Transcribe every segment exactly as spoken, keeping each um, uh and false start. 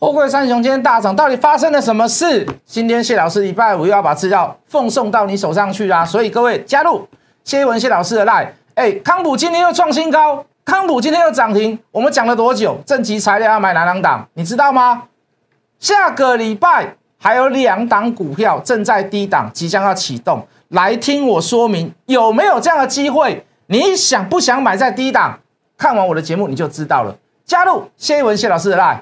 货柜三雄今天大涨，到底发生了什么事？今天谢老师礼拜五又要把资料奉送到你手上去啦，所以各位加入谢一文谢老师的 LINE。哎，康普今天又创新高，康普今天又涨停，我们讲了多久？正极材料要买哪两档？你知道吗？下个礼拜还有两档股票正在低档，即将要启动，来听我说明有没有这样的机会？你想不想买在低档？看完我的节目你就知道了。加入谢一文谢老师的 LINE。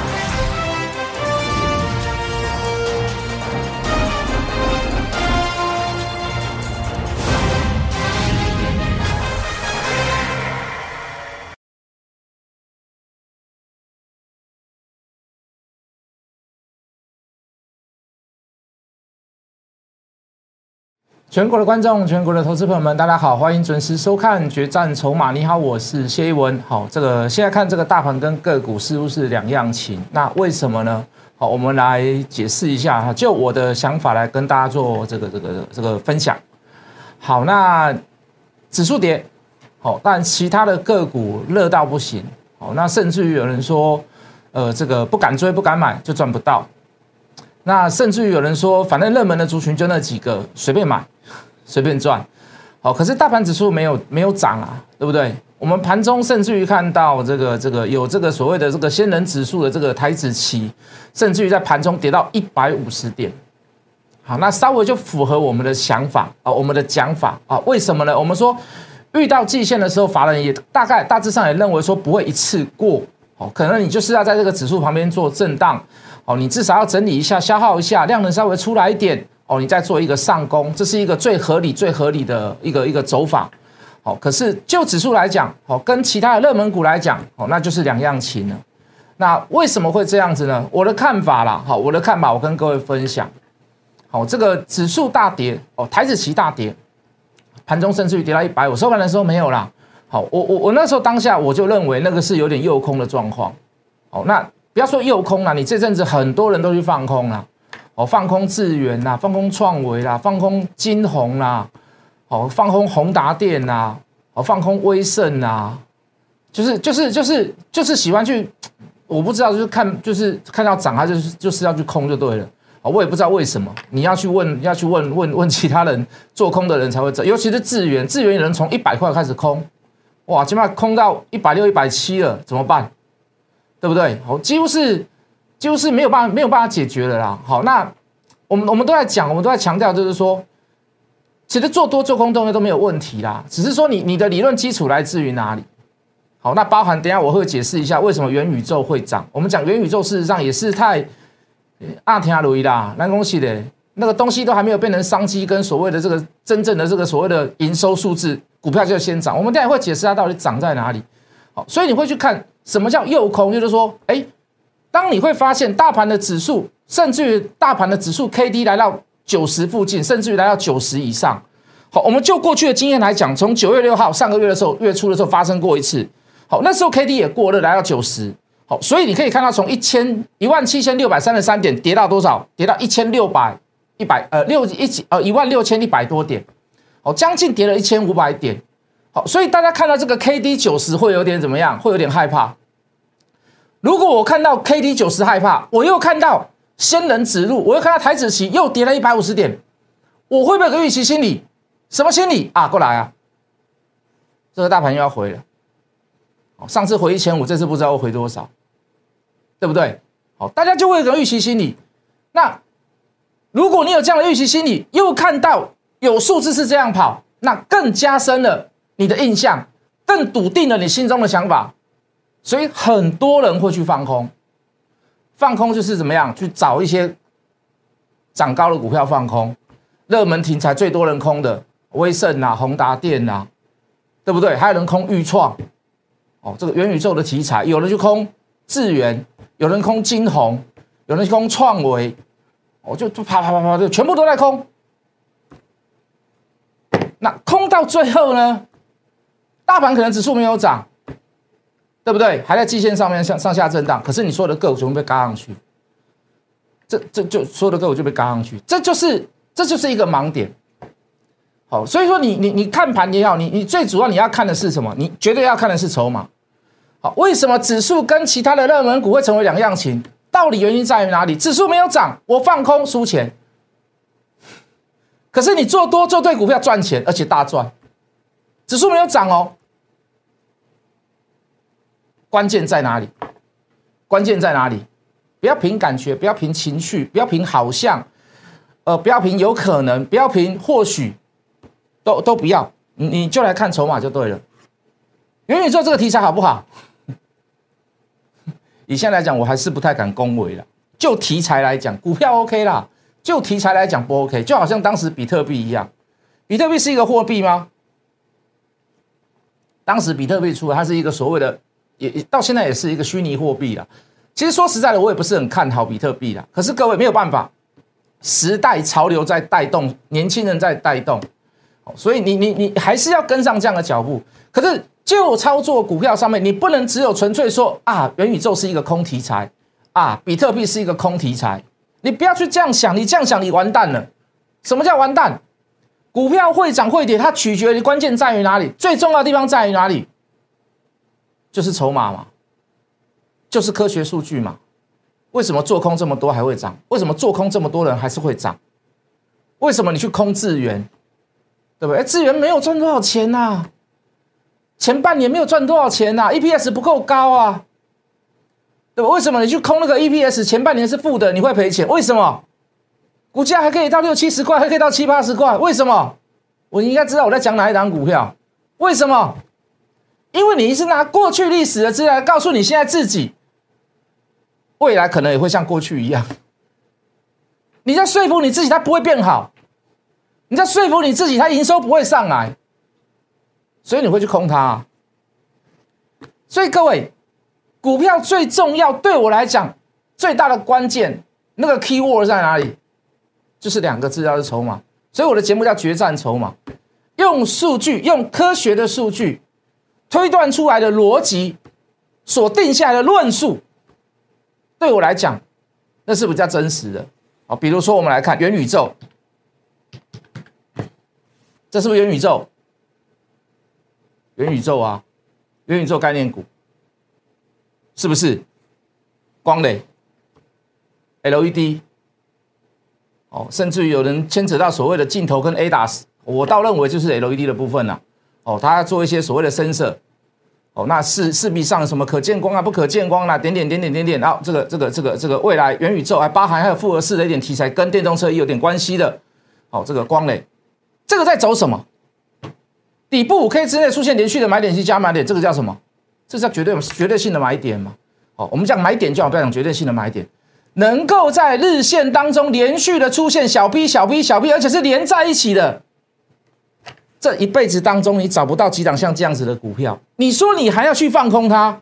全国的观众，全国的投资朋友们，大家好，欢迎准时收看《决战筹码》。你好，我是谢一文。好，这个现在看这个大盘跟个股似乎是两样情，那为什么呢？好，我们来解释一下哈，就我的想法来跟大家做这个这个这个分享。好，那指数跌，好，但其他的个股热到不行，好，那甚至于有人说，呃，这个不敢追不敢买就赚不到。那甚至于有人说，反正热门的族群就那几个，随便买，随便赚。好，可是大盘指数没有没有涨啊，对不对？我们盘中甚至于看到这个这个有这个所谓的这个仙人指数的这个台指期，甚至于在盘中跌到一百五十点。好，那稍微就符合我们的想法啊，我们的讲法啊。为什么呢？我们说遇到季线的时候，法人也大概大致上也认为说不会一次过。哦，可能你就是要在这个指数旁边做震荡，哦，你至少要整理一下，消耗一下，量能稍微出来一点，哦，你再做一个上攻，这是一个最合理、最合理的一个一个走法。哦，可是就指数来讲，哦，跟其他的热门股来讲，哦，那就是两样情了。那为什么会这样子呢？我的看法啦，好，我的看法我跟各位分享。好，这个指数大跌，哦，台指期大跌，盘中甚至于跌到一百五，收盘的时候没有啦。好，我我我那时候当下我就认为那个是有点诱空的状况。好，那不要说诱空啦，你这阵子很多人都去放空啦，哦，放空智原啦，放空创维啦，放空金鸿啦，哦，放空宏达电啦，哦，放空威盛啦，就是就是就是就是喜欢去，我不知道就是看就是看到涨，他就是就是要去空就对了。哦，我也不知道为什么，你要去问要去问问问其他人做空的人才会这，尤其是智原，智原有人从一百块开始空。哇，起码空到一百六、一百七了，怎么办？对不对？好，几乎是几乎是没有办法没有办法解决了啦。好，那我们我们都在讲，我们都在强调，就是说，其实做多做空动作都没有问题啦，只是说你你的理论基础来自于哪里？好，那包含等一下我会解释一下为什么元宇宙会涨。我们讲元宇宙，事实上也是太阿天阿鲁伊啦，难恭喜的。那个东西都还没有变成商机，跟所谓的这个真正的这个所谓的营收数字，股票就先涨。我们待会会解释它到底涨在哪里。好，所以你会去看什么叫诱空，就是说，哎，当你会发现大盘的指数，甚至于大盘的指数 K D 来到九十附近，甚至于来到九十以上。好，我们就过去的经验来讲，从九月六号上个月的时候，月初的时候发生过一次。好，那时候 K D 也过热，来到九十。好，所以你可以看到从一千一万七千六百三十三点跌到多少？跌到一千六百。一百呃六一呃一万六千一百多点，好，将近跌了一千五百点，好，所以大家看到这个 K D 九十会有点怎么样？会有点害怕。如果我看到 K D 九十害怕，我又看到仙人指路，我又看到台指期又跌了一百五十点，我会不会有个预期心理？什么心理啊？过来啊，这个大盘又要回了。上次回一千五，这次不知道会回多少，对不对？好，大家就会有个预期心理。那如果你有这样的预期心理，又看到有数字是这样跑，那更加深了你的印象，更笃定了你心中的想法，所以很多人会去放空。放空就是怎么样？去找一些涨高的股票放空，热门题材最多人空的威盛啊、宏达电啊，对不对？还有人空裕创，哦，这个元宇宙的题材，有人去空智原，有人空金鸿，有人去空创维。我就啪啪啪啪，就全部都在空。那空到最后呢，大盘可能指数没有涨，对不对？还在季线上面上上下震荡，可是你所有的个股全部被嘎上去，这这就所有的个股就被嘎上去，这就是这就是一个盲点。好，所以说你你你看盘也好，你你最主要你要看的是什么？你绝对要看的是筹码。好，为什么指数跟其他的热门股会成为两样情？ 道理原因在于哪里？指数没有涨，我放空输钱。可是你做多做对股票赚钱，而且大赚。指数没有涨哦，关键在哪里？关键在哪里？不要凭感觉，不要凭情绪，不要凭好像，呃，不要凭有可能，不要凭或许，都都不要，你你就来看筹码就对了。元宇宙这个题材好不好？以现在来讲，我还是不太敢恭维了。就题材来讲，股票 OK 啦。就题材来讲不 OK， 就好像当时比特币一样，比特币是一个货币吗？当时比特币出来，它是一个所谓的，也到现在也是一个虚拟货币啦。其实说实在的，我也不是很看好比特币啦。可是各位没有办法，时代潮流在带动，年轻人在带动，所以你你你还是要跟上这样的脚步。可是就操作股票上面，你不能只有纯粹说啊，元宇宙是一个空题材啊，比特币是一个空题材。你不要去这样想，你这样想你完蛋了。什么叫完蛋？股票会涨会跌，它取决于关键在于哪里？最重要的地方在于哪里？就是筹码嘛，就是科学数据嘛。为什么做空这么多还会涨？为什么做空这么多人还是会涨？为什么你去空智原，对不对？智原没有赚多少钱啊，前半年没有赚多少钱啊 ，E P S 不够高啊。对吧？为什么你去空那个 E P S 前半年是负的，你会赔钱？为什么？股价还可以到六七十块，还可以到七八十块，为什么？我应该知道我在讲哪一档股票？为什么？因为你是拿过去历史的资料告诉你现在自己，未来可能也会像过去一样。你在说服你自己，它不会变好；你在说服你自己，它营收不会上来，所以你会去空它啊。所以各位。股票最重要，对我来讲最大的关键，那个 key word 在哪里？就是两个字，叫做筹码。所以我的节目叫决战筹码，用数据，用科学的数据推断出来的逻辑所定下来的论述，对我来讲，那是比较真实的。好，比如说我们来看元宇宙，这是不是元宇宙？元宇宙啊，元宇宙概念股。是不是光磊 L E D 哦，甚至于有人牵扯到所谓的镜头跟 A D A S， 我倒认为就是 L E D 的部分啦。哦，它要做一些所谓的深色，哦，那势势必上什么可见光啊、不可见光啦、啊，点点点点点点，然后这个这个这个这个未来元宇宙还包含还有复合式的一点题材，跟电动车也有点关系的。哦，这个光磊，这个在走什么？底部五 K 之内出现连续的买点及加买点，这个叫什么？这是绝对绝对性的买点嘛？好，我们讲买点就好，不要讲绝对性的买点。能够在日线当中连续的出现小 B、小 B、小 B， 而且是连在一起的，这一辈子当中你找不到几档像这样子的股票。你说你还要去放空它？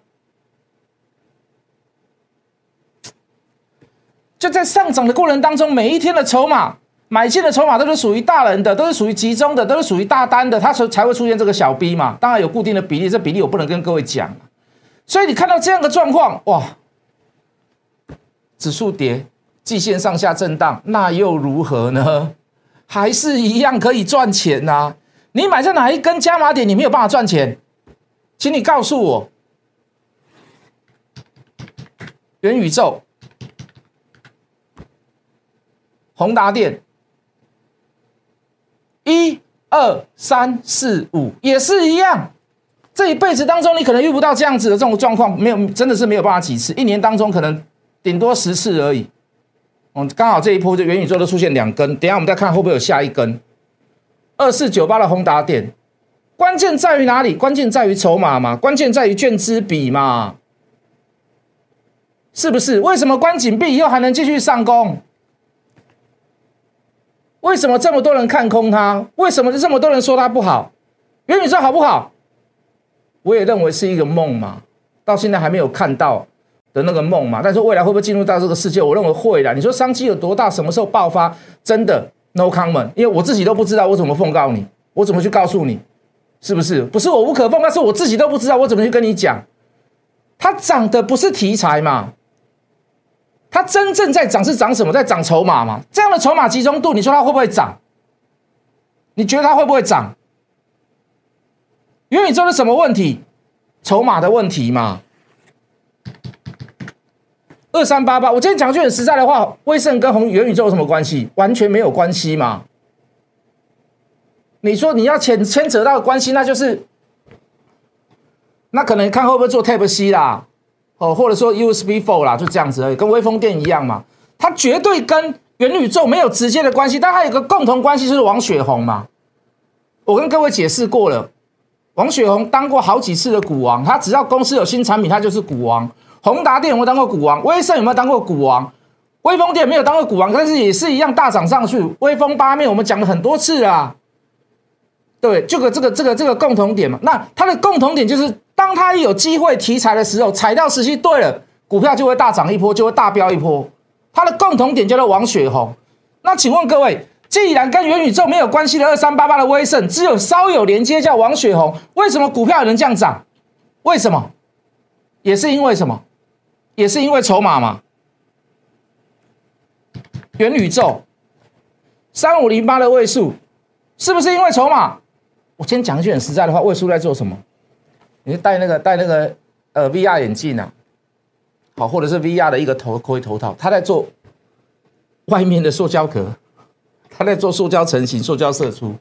就在上涨的过程当中，每一天的筹码，买进的筹码都是属于大人的，都是属于集中的，都是属于大单的，它才会出现这个小 B 嘛。当然有固定的比例，这比例我不能跟各位讲。所以你看到这样的状况，哇，指数跌，季线上下震荡，那又如何呢？还是一样可以赚钱啊！你买在哪一根加码点，你没有办法赚钱，请你告诉我。元宇宙、宏达电，一二三四五也是一样。这一辈子当中，你可能遇不到这样子的这种状况，没有，真的是没有办法几次，一年当中可能顶多十次而已。嗯，刚好这一波就元宇宙都出现两根，等一下我们再看会不会有下一根。二四九八的宏达电，关键在于哪里？关键在于筹码嘛，关键在于券资比嘛，是不是？为什么关紧闭以后还能继续上攻？为什么这么多人看空它？为什么这么多人说它不好？元宇宙好不好？我也认为是一个梦嘛，到现在还没有看到的那个梦嘛。但是未来会不会进入到这个世界？我认为会啦。你说商机有多大？什么时候爆发？真的 no comment， 因为我自己都不知道，我怎么奉告你？我怎么去告诉你？是不是？不是我无可奉，但是我自己都不知道，我怎么去跟你讲？它涨的不是题材嘛？它真正在涨是涨什么？在涨筹码嘛？这样的筹码集中度，你说它会不会涨？你觉得它会不会涨？元宇宙是什么问题？筹码的问题嘛。 二三八八，我今天讲句很实在的话，威盛跟红元宇宙有什么关系？完全没有关系嘛。你说你要牵牵扯到的关系，那就是那可能看会不会做 Type C 啦，哦，或者说 U S B 四 啦，就这样子而已，跟微风电一样嘛。它绝对跟元宇宙没有直接的关系，但它有一个共同关系，就是王雪红嘛。我跟各位解释过了，王雪红当过好几次的股王，他只要公司有新产品，他就是股王。宏达电有没有当过股王？威盛有没有当过股王？微风电没有当过股王，但是也是一样大涨上去。威风八面我们讲了很多次啦，对，这个这个这个这个共同点嘛。那它的共同点就是，当它有机会题材的时候，踩到时机对了，股票就会大涨一波，就会大飙一波。它的共同点叫做王雪红。那请问各位，既然跟元宇宙没有关系的二三八八的威盛，只有稍有连接叫王雪红，为什么股票也能这样涨？为什么？也是因为什么？也是因为筹码嘛。元宇宙三五零八的位数，是不是因为筹码？我今天讲一句很实在的话，位数在做什么？你戴那个戴那个呃 V R 眼镜啊，好，或者是 V R 的一个头盔头套，他在做外面的塑胶壳，他在做塑胶成型、塑胶射出。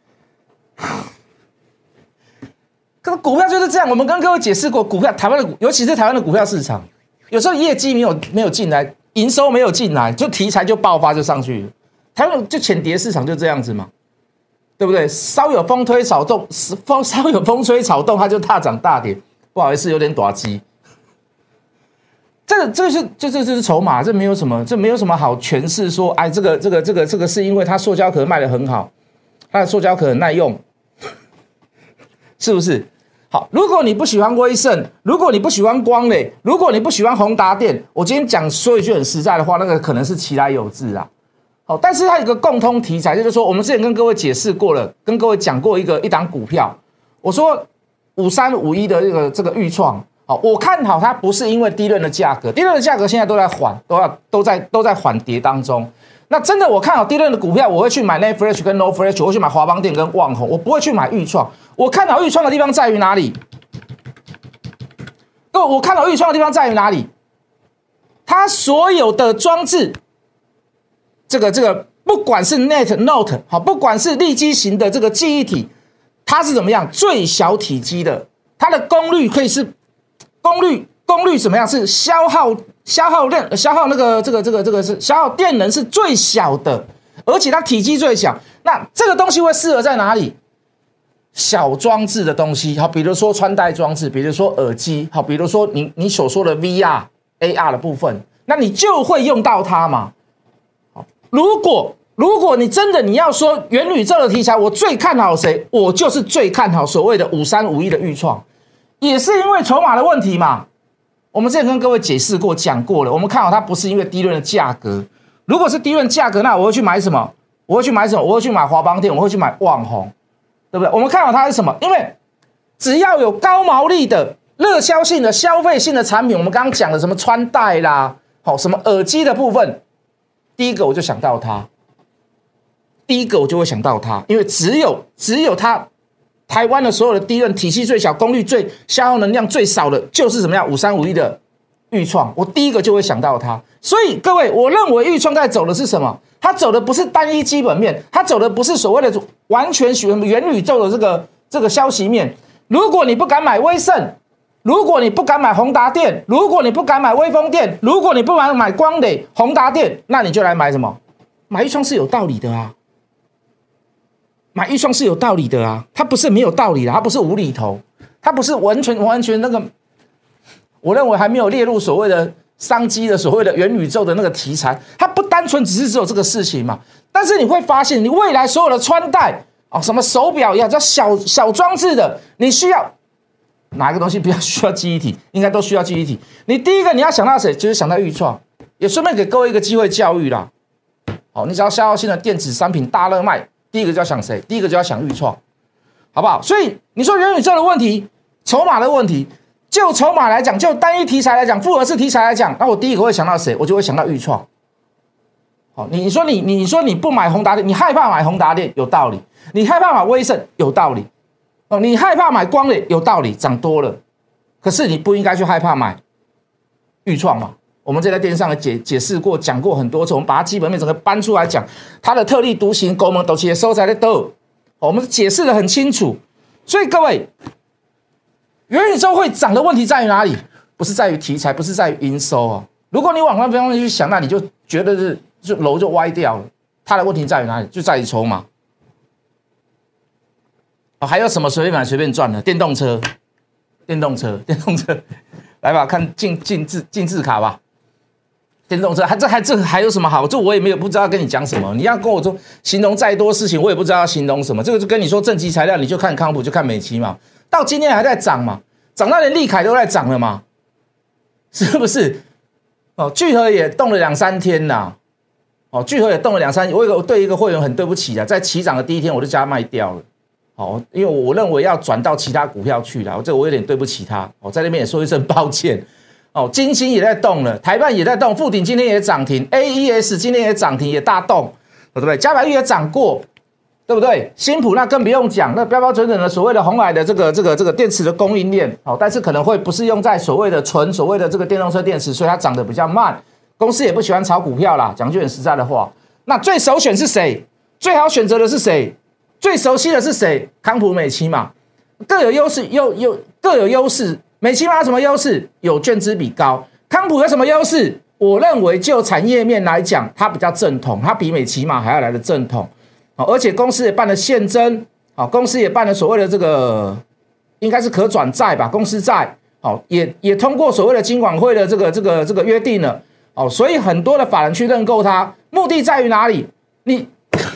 可是股票就是这样，我们跟各位解释过，股票台湾的，尤其是台湾的股票市场。有时候业绩没有没有进来，营收没有进来，就题材就爆发就上去了。台湾就浅碟市场就这样子嘛，对不对？稍有风吹草动，风稍有风吹草动，它就大涨大跌。不好意思，有点短机。这个这个是这这这是筹码，这没有什么，这没有什么好诠释说，哎，这个这个这个这个是因为它塑胶壳卖得很好，它的塑胶壳很耐用，是不是？好，如果你不喜欢威盛，如果你不喜欢光磊，如果你不喜欢宏达电，我今天讲说一句很实在的话，那个可能是其来有自啊。好，但是它有一个共通题材，就是说我们之前跟各位解释过了，跟各位讲过一个一档股票，我说五三五一的这个这个预创，好，我看好它不是因为低润的价格，低润的价格现在都在缓，都要都在都在缓跌当中。那真的我看好低润的股票，我会去买 N A F F L A S H 跟 No Flash， 我会去买华邦电跟旺宏，我不会去买预创。我看好预创的地方在于哪里？各位，我看好预创的地方在于哪里？它所有的装置，这个这个，不管是 Net Note 好，不管是立基型的这个记忆体，它是怎么样？最小体积的，它的功率可以是功率功率怎么样？是消耗消耗电消耗那个这个这个这个是消耗电能是最小的，而且它体积最小。那这个东西会适合在哪里？小装置的东西，好，比如说穿戴装置，比如说耳机，好，比如说你你所说的 V R、A R 的部分，那你就会用到它嘛。好，如果如果你真的你要说元宇宙的题材，我最看好谁？我就是最看好所谓的五三五一的预创，也是因为筹码的问题嘛。我们之前跟各位解释过、讲过了，我们看好它不是因为低润的价格，如果是低润价格，那我会去买什么？我会去买什么？我会去买华邦电，我会去买旺宏。对不对？我们看好它是什么？因为只要有高毛利的、热销性的、消费性的产品，我们刚刚讲的什么穿戴啦，好，什么耳机的部分，第一个我就想到它，第一个我就会想到它，因为只有只有它，台湾的所有的低润体系最小、功率最、消耗能量最少的，就是怎么样五三五一的预创，我第一个就会想到它。所以各位，我认为预创在走的是什么？它走的不是单一基本面，它走的不是所谓的完全元宇宙的这个这个消息面。如果你不敢买威盛，如果你不敢买宏达电，如果你不敢买威风电，如果你不敢买光磊、宏达电，那你就来买什么？买预创是有道理的啊，买预创是有道理的啊，它不是没有道理的，它不是无厘头，它不是完全完全那个，我认为还没有列入所谓的商机的所谓的元宇宙的那个题材，它不单纯只是只有这个事情嘛。但是你会发现，你未来所有的穿戴啊、哦，什么手表呀，叫小小装置的，你需要哪一个东西比较需要记忆体？应该都需要记忆体。你第一个你要想到谁？就是想到预创，也顺便给各位一个机会教育啦。好，你只要消耗性的电子商品大热卖，第一个就要想谁？第一个就要想预创，好不好？所以你说元宇宙的问题，筹码的问题。就筹码来讲，就单一题材来讲，复合式题材来讲，那我第一个会想到谁？我就会想到预创。好，你说你你说你不买宏达电，你害怕买宏达电有道理；你害怕买威盛有道理；哦，你害怕买光磊有道理，涨多了。可是你不应该去害怕买预创嘛？ 我们这在电视上也解解释过，讲过很多次，我们把它基本面整个搬出来讲，它的特立独行、勾门斗气的收在在斗，我们解释的很清楚。所以各位，元宇宙会涨的问题在于哪里？不是在于题材，不是在于营收啊。如果你往那方面去想，那你就觉得是就楼就歪掉了。它的问题在于哪里？就在于筹码。哦，还有什么随便买随便赚的？电动车，电动车，电动车，来吧，看进进字进字卡吧。电动车还这还这还有什么好？这我也没有不知道跟你讲什么。你要跟我说形容再多事情，我也不知道要形容什么。这个就跟你说正极材料，你就看康普，就看美琪嘛。到今天还在涨嘛，涨到连利凯都在涨了嘛，是不是？哦，聚合也动了两三天呐。哦，聚合也动了两三天。我有个对一个会员很对不起啊，在起涨的第一天我就叫他卖掉了。哦，因为我认为要转到其他股票去了，这个我有点对不起他。我、哦、在那边也说一声抱歉。哦，金星也在动了，台半也在动，富鼎今天也涨停 ，A E S 今天也涨停，也大动，对不对？嘉百玉也涨过，对不对？新普那更不用讲，那标标准准的所谓的鸿海的这个这个这个电池的供应链，哦，但是可能会不是用在所谓的纯所谓的这个电动车电池，所以它涨得比较慢。公司也不喜欢炒股票啦，讲句很实在的话，那最首选是谁？最好选择的是谁？最熟悉的是谁？康普、美琪嘛，各有优势，又又各有优势。美琪玛有什么优势？有券资比高。康普有什么优势？我认为就产业面来讲，它比较正统，它比美琪玛还要来的正统。而且公司也办了现增，公司也办了所谓的这个应该是可转债吧，公司债，也也通过所谓的金管会的这个这个这个约定了。所以很多的法人去认购它，目的在于哪里？你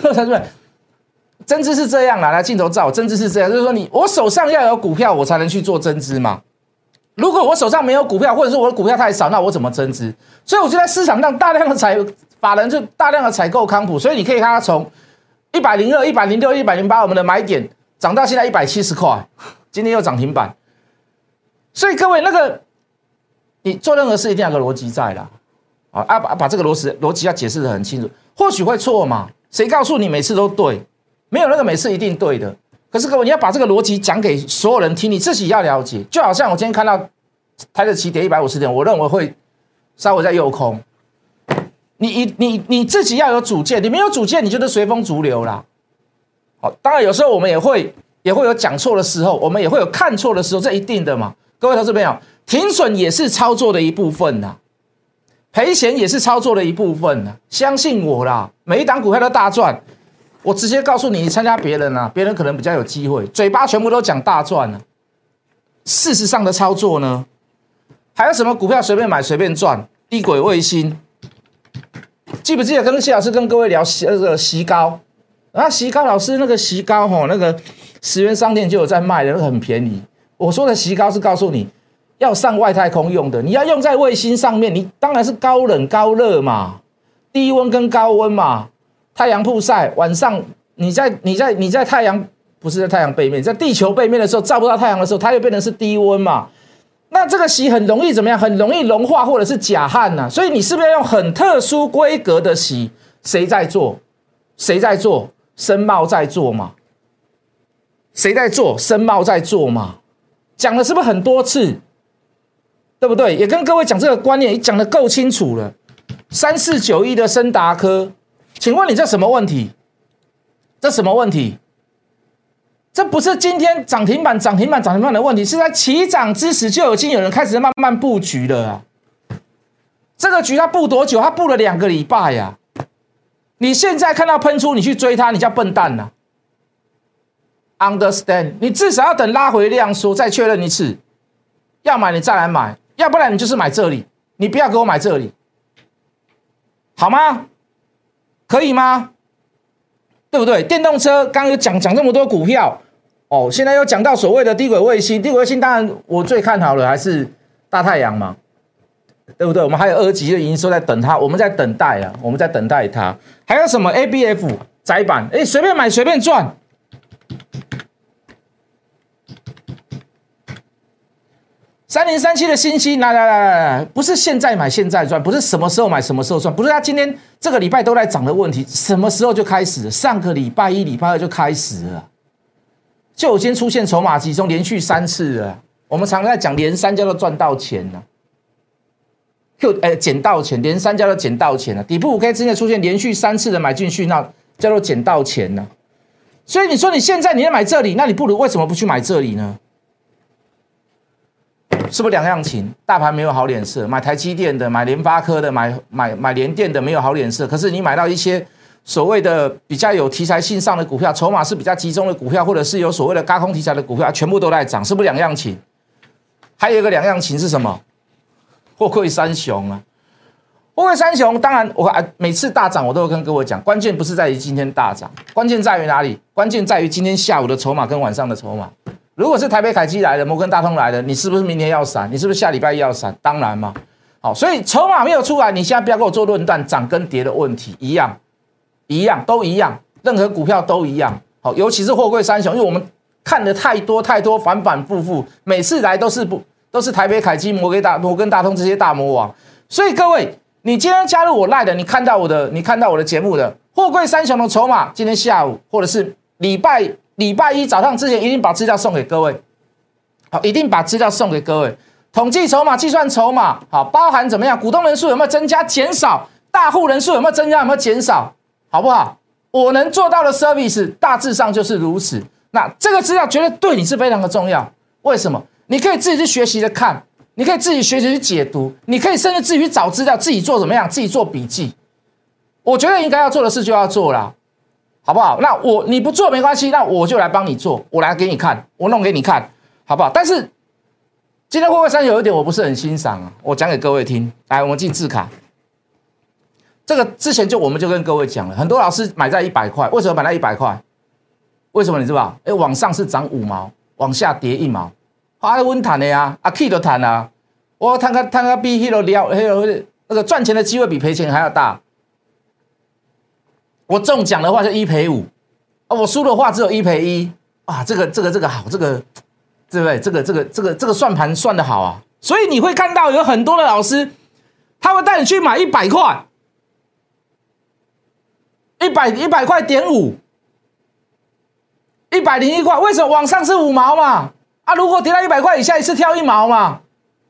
增资是这样啦，来镜头照，增资是这样，就是说你我手上要有股票，我才能去做增资嘛。如果我手上没有股票，或者是我的股票太少，那我怎么增资？所以我就在市场上大量的采法人就大量的采购康普，所以你可以看它从一百零二、一百零六、一百零八我们的买点涨到现在一百七十块，今天又涨停板。所以各位那个你做任何事一定要有个逻辑在啦，啊把把这个逻辑逻辑要解释得很清楚，或许会错嘛，谁告诉你每次都对？没有那个每次一定对的。可是各位，你要把这个逻辑讲给所有人听，你自己要了解。就好像我今天看到台指期跌一百五十点，我认为会稍微在诱空。你你你自己要有主见，你没有主见，你就是随风逐流啦。好，当然有时候我们也会也会有讲错的时候，我们也会有看错的时候，这一定的嘛。各位投资朋友，停损也是操作的一部分呐，赔钱也是操作的一部分呐。相信我啦，每一档股票都大赚。我直接告诉你，你参加别人啊，别人可能比较有机会，嘴巴全部都讲大赚啊。事实上的操作呢，还有什么股票随便买随便赚？低轨卫星，记不记得跟谢老师跟各位聊那个席高？啊，席高老师那个席高吼，那个十元商店就有在卖的，那个很便宜。我说的席高是告诉你要上外太空用的，你要用在卫星上面，你当然是高冷高热嘛，低温跟高温嘛。太阳曝晒，晚上你在你在你在太阳不是在太阳背面，在地球背面的时候照不到太阳的时候，它就变成是低温嘛。那这个锡很容易怎么样？很容易融化或者是甲焊呐、啊。所以你是不是要用很特殊规格的锡？谁在做？谁在做？深茂在做嘛？谁在做？深茂在做嘛？讲了是不是很多次？对不对？也跟各位讲这个观念，讲得够清楚了。三四九一的森达科。请问你这什么问题？这什么问题？这不是今天涨停板、涨停板、涨停板的问题，是在起涨之时就已经有人开始慢慢布局了啊。这个局他布多久？他布了两个礼拜呀、啊。你现在看到喷出，你去追它，你叫笨蛋呐、啊。Understand？ 你至少要等拉回量缩再确认一次，要买你再来买，要不然你就是买这里，你不要给我买这里，好吗？可以吗？对不对？电动车刚刚有讲讲这么多股票哦，现在又讲到所谓的低轨卫星，低轨卫星当然我最看好的还是大太阳嘛，对不对？我们还有二级的营收在等它，我们在等待啊，我们在等待它。还有什么 A B F 载板？哎，随便买随便赚。三零三七的新兴，来来来来来，不是现在买现在赚，不是什么时候买什么时候赚，不是它今天这个礼拜都在涨的问题，什么时候就开始了？上个礼拜一、礼拜二就开始了，就已经出现筹码集中，连续三次了。我们常常在讲连三叫做赚到钱呢、啊， Q 哎捡到钱，连三叫做捡到钱了、啊。底部五 K 之内出现连续三次的买进讯号，叫做捡到钱呢、啊。所以你说你现在你要买这里，那你不如为什么不去买这里呢？是不是两样情？大盘没有好脸色，买台积电的、买联发科的、买买买联电的没有好脸色。可是你买到一些所谓的比较有题材性上的股票，筹码是比较集中的股票，或者是有所谓的轧空题材的股票，全部都在涨，是不是两样情？还有一个两样情是什么？货柜三雄啊，货柜三雄，当然我每次大涨我都会跟各位讲，关键不是在于今天大涨，关键在于哪里？关键在于今天下午的筹码跟晚上的筹码。如果是台北凯基来的，摩根大通来的，你是不是明天要闪？你是不是下礼拜一要闪？当然嘛。好，所以筹码没有出来，你现在不要跟我做论断涨跟跌的问题，一样，一样都一样，任何股票都一样。好，尤其是货柜三雄，因为我们看的太多太多，反反复复，每次来都是不。都是台北凯基、摩根大摩根大通这些大魔王，所以各位，你今天加入我 LINE 的，你看到我的，你看到我的节目的货柜三雄的筹码，今天下午或者是礼拜礼拜一早上之前，一定把资料送给各位，好，一定把资料送给各位。统计筹码、计算筹码，好，包含怎么样？股东人数有没有增加、减少？大户人数有没有增加、有没有减少？好不好？我能做到的 service 大致上就是如此。那这个资料绝对对你是非常的重要，为什么？你可以自己去学习的看，你可以自己学习去解读，你可以甚至自己去找资料，自己做怎么样，自己做笔记。我觉得应该要做的事就要做啦，好不好？那我你不做没关系，那我就来帮你做，我来给你看，我弄给你看，好不好？但是今天货柜三有一点我不是很欣赏啊，我讲给各位听。来，我们进字卡。这个之前就我们就跟各位讲了，很多老师买在一百块，为什么买在一百块？为什么你知道？哎，往上是涨五毛，往下跌一毛。啊，稳赚的呀，啊 ，K 都赚啊，我赚个赚个比迄个了，迄个那个赚钱的机会比赔钱还要大。我中奖的话就一赔五，啊，我输的话只有一赔一，啊，这个这个这个好，这个对不对？这个这个这个这个算盘算得好啊，所以你会看到有很多的老师，他会带你去买一百块，一百一百块点五，一百零一块，为什么往上是五毛嘛？啊，如果跌到一百块以下，一次跳一毛嘛。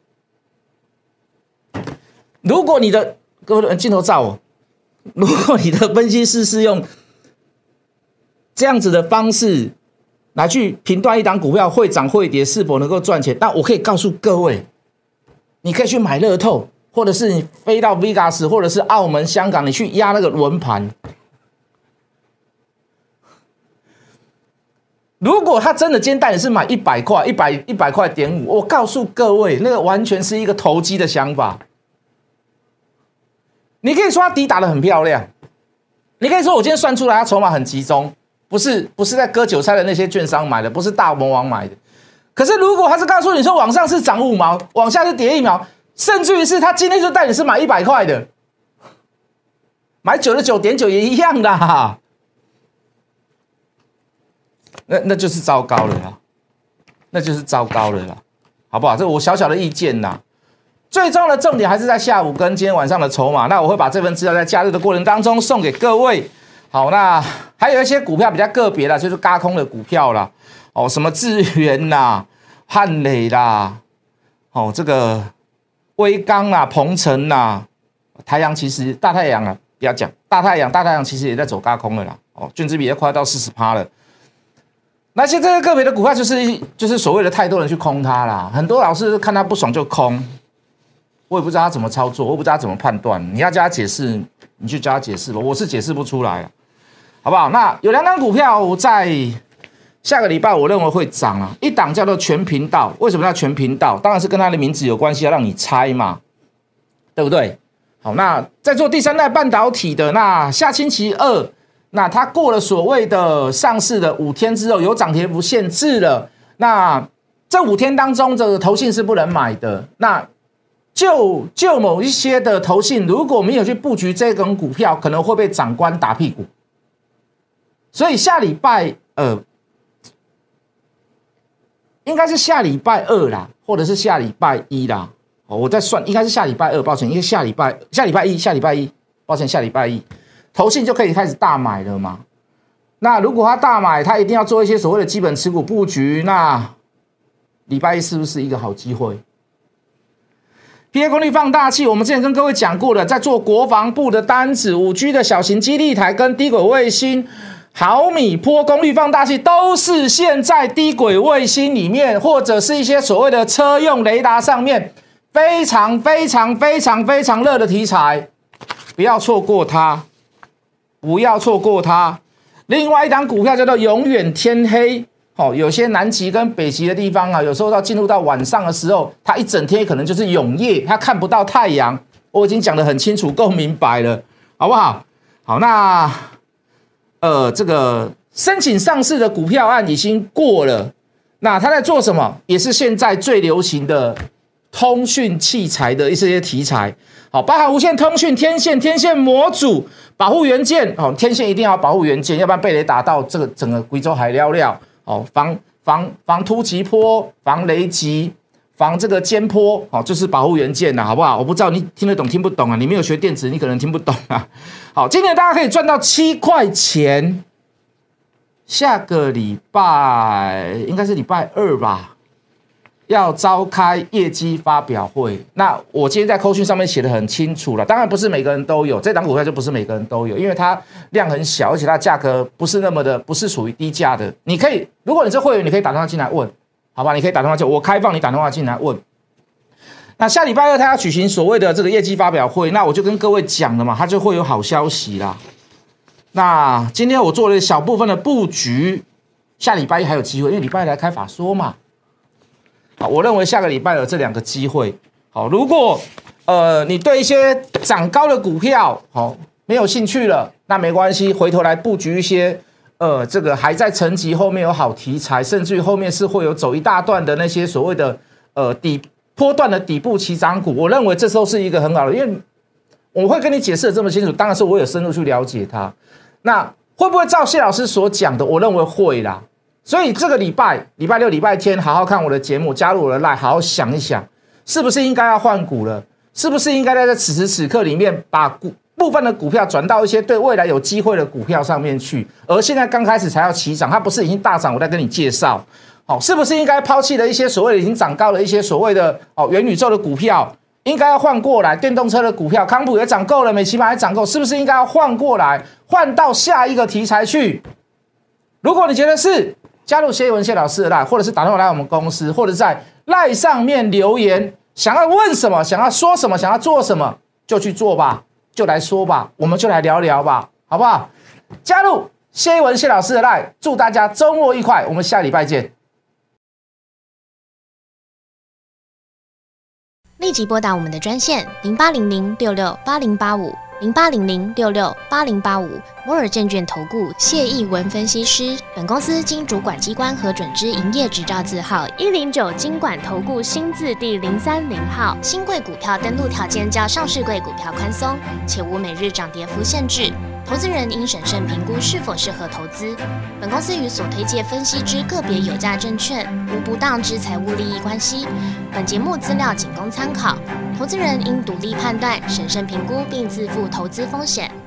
如果你的各位镜头照我，如果你的分析师是用这样子的方式来去评断一档股票会涨会跌是否能够赚钱，那我可以告诉各位，你可以去买乐透，或者是你飞到 Vegas 或者是澳门、香港，你去压那个轮盘。如果他真的今天带你是买一百块、一百一百块点五，我告诉各位，那个完全是一个投机的想法。你可以说他底打得很漂亮，你可以说我今天算出来他筹码很集中，不是不是在割韭菜的那些券商买的，不是大魔王买的。可是如果他是告诉你说往上是涨五毛，往下是跌一毛，甚至于是他今天就带你是买一百块的，买九十九点九也一样啦。那那就是糟糕了啦，那就是糟糕了啦，好不好？这我小小的意见啦。最重要的重点还是在下午跟今天晚上的筹码。那我会把这份资料在假日的过程当中送给各位。好，那还有一些股票比较个别啦，就是轧空的股票啦，哦，什么智原啦、汉磊啦，哦，这个威刚啦、鹏程啦、太阳其实大太阳啊，不要讲大太阳，大太阳其实也在走轧空了啦，哦，券资比也快要到 百分之四十 了。那些这个个别的股票就是就是所谓的太多人去空它啦，很多老师看他不爽就空，我也不知道他怎么操作，我也不知道他怎么判断。你要叫他解释，你去叫他解释吧，我是解释不出来了，好不好？那有两档股票在下个礼拜我认为会涨啊，一档叫做全频道，为什么叫全频道？当然是跟它的名字有关系，要让你猜嘛，对不对？好，那在做第三代半导体的，那下星期二。那它过了所谓的上市的五天之后，有涨跌幅限制了。那这五天当中，这个投信是不能买的。那就就某一些的投信，如果没有去布局这种股票，可能会被长官打屁股。所以下礼拜呃，应该是下礼拜二啦，或者是下礼拜一啦。哦，我在算，应该是下礼拜二，抱歉，因为下礼拜下礼拜一，下礼拜一，抱歉，下礼拜一。投信就可以开始大买了嘛？那如果他大买，他一定要做一些所谓的基本持股布局。那礼拜一是不是一个好机会？ P A 功率放大器，我们之前跟各位讲过了，在做国防部的单子， 五 G 的小型基地台跟低轨卫星毫米波功率放大器，都是现在低轨卫星里面或者是一些所谓的车用雷达上面非常非常非常非常热的题材，不要错过它，不要错过它。另外一档股票叫做永远天黑。哦，有些南极跟北极的地方啊，有时候到进入到晚上的时候，它一整天可能就是永夜，它看不到太阳。我已经讲得很清楚，够明白了，好不好？好，那呃，这个申请上市的股票案已经过了，那它在做什么？也是现在最流行的通讯器材的一些题材。好，包含无线通讯、天线、天线模组、保护元件。哦，天线一定要保护元件，要不然被雷打到，这个整个贵州海料料。哦，防防防突击波、防雷击、防这个尖波，哦，就是保护元件呐，好不好？我不知道你听得懂听不懂啊？你没有学电子，你可能听不懂啊。好，今年大家可以赚到七块钱。下个礼拜应该是礼拜二吧，要召开业绩发表会。那我今天在扣讯上面写得很清楚了，当然不是每个人都有，这档股票就不是每个人都有，因为它量很小，而且它价格不是那么的，不是属于低价的。你可以，如果你是会员，你可以打电话进来问，好吧？你可以打电话进来，我开放你打电话进来问。那下礼拜二他要举行所谓的这个业绩发表会，那我就跟各位讲了嘛，他就会有好消息啦。那今天我做了小部分的布局，下礼拜一还有机会，因为礼拜一来开法说嘛。好，我认为下个礼拜有这两个机会。好，如果呃你对一些涨高的股票好没有兴趣了，那没关系，回头来布局一些呃这个还在沉寂，后面有好题材，甚至于后面是会有走一大段的那些所谓的呃底波段的底部起涨股，我认为这时候是一个很好的，因为我会跟你解释的这么清楚，当然是我有深入去了解它。那会不会照谢老师所讲的？我认为会啦。所以这个礼拜、礼拜六、礼拜天，好好看我的节目，加入我的 LINE， 好好想一想，是不是应该要换股了？是不是应该在此时此刻里面把股部分的股票转到一些对未来有机会的股票上面去？而现在刚开始才要起涨，它不是已经大涨，我在跟你介绍，好，是不是应该抛弃了一些所谓的已经涨高的一些所谓的哦元宇宙的股票？应该要换过来，电动车的股票，康普也涨够了，美骑马也涨够，是不是应该要换过来，换到下一个题材去？如果你觉得是，加入谢文谢老师的 LINE， 或者是打电话来我们公司，或者在 LINE 上面留言，想要问什么，想要说什么，想要做什么，就去做吧，就来说吧，我们就来聊聊吧，好不好？加入谢文谢老师的 LINE， 祝大家周末愉快，我们下礼拜见。 立即拨打我们的专线零八零零六六八零八五零八零零六六八零八五摩尔证券投顾谢逸文分析师。本公司经主管机关核准之营业执照字号一零九金管投顾新字第零三零号。新贵股票登录条件较上市贵股票宽松，且无每日涨跌幅限制。投资人应审慎评估是否适合投资。本公司与所推介分析之个别有价证券无不当之财务利益关系。本节目资料仅供参考，投资人应独立判断、审慎评估并自负投资风险。